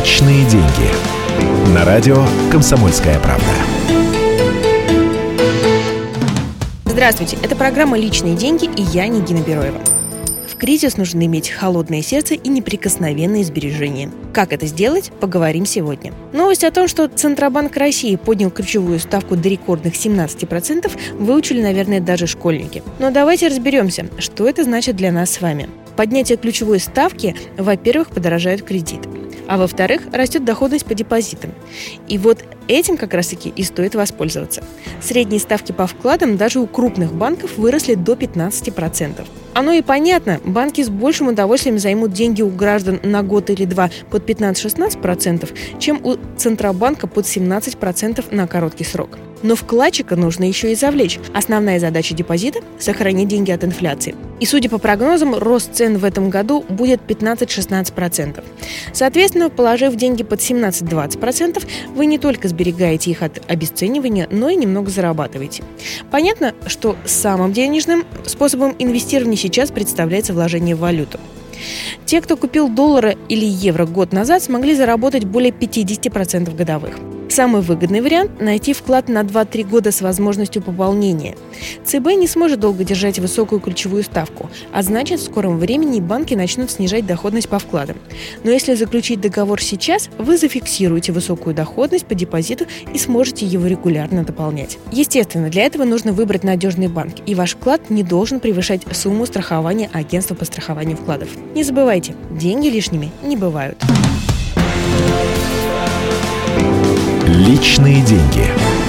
Личные деньги. На радио «Комсомольская правда». Здравствуйте, это программа «Личные деньги» и я, Нигина Бероева. В кризис нужно иметь холодное сердце и неприкосновенные сбережения. Как это сделать, поговорим сегодня. Новость о том, что Центробанк России поднял ключевую ставку до рекордных 17%, выучили, наверное, даже школьники. Но давайте разберемся, что это значит для нас с вами. Поднятие ключевой ставки, во-первых, подорожает кредит, а во-вторых, растет доходность по депозитам. И вот этим как раз-таки и стоит воспользоваться. Средние ставки по вкладам даже у крупных банков выросли до 15%. Оно и понятно, банки с большим удовольствием займут деньги у граждан на год или два под 15-16%, чем у Центробанка под 17% на короткий срок. Но вкладчика нужно еще и завлечь. Основная задача депозита – сохранить деньги от инфляции. И, судя по прогнозам, рост цен в этом году будет 15-16%. Соответственно, положив деньги под 17-20%, вы не только сберегаете их от обесценивания, но и немного зарабатываете. Понятно, что самым денежным способом инвестирования сейчас представляется вложение в валюту. Те, кто купил доллары или евро год назад, смогли заработать более 50% годовых. Самый выгодный вариант – найти вклад на 2-3 года с возможностью пополнения. ЦБ не сможет долго держать высокую ключевую ставку, а значит, в скором времени банки начнут снижать доходность по вкладам. Но если заключить договор сейчас, вы зафиксируете высокую доходность по депозиту и сможете его регулярно дополнять. Естественно, для этого нужно выбрать надежный банк, и ваш вклад не должен превышать сумму страхования агентства по страхованию вкладов. Не забывайте, деньги лишними не бывают. Личные деньги.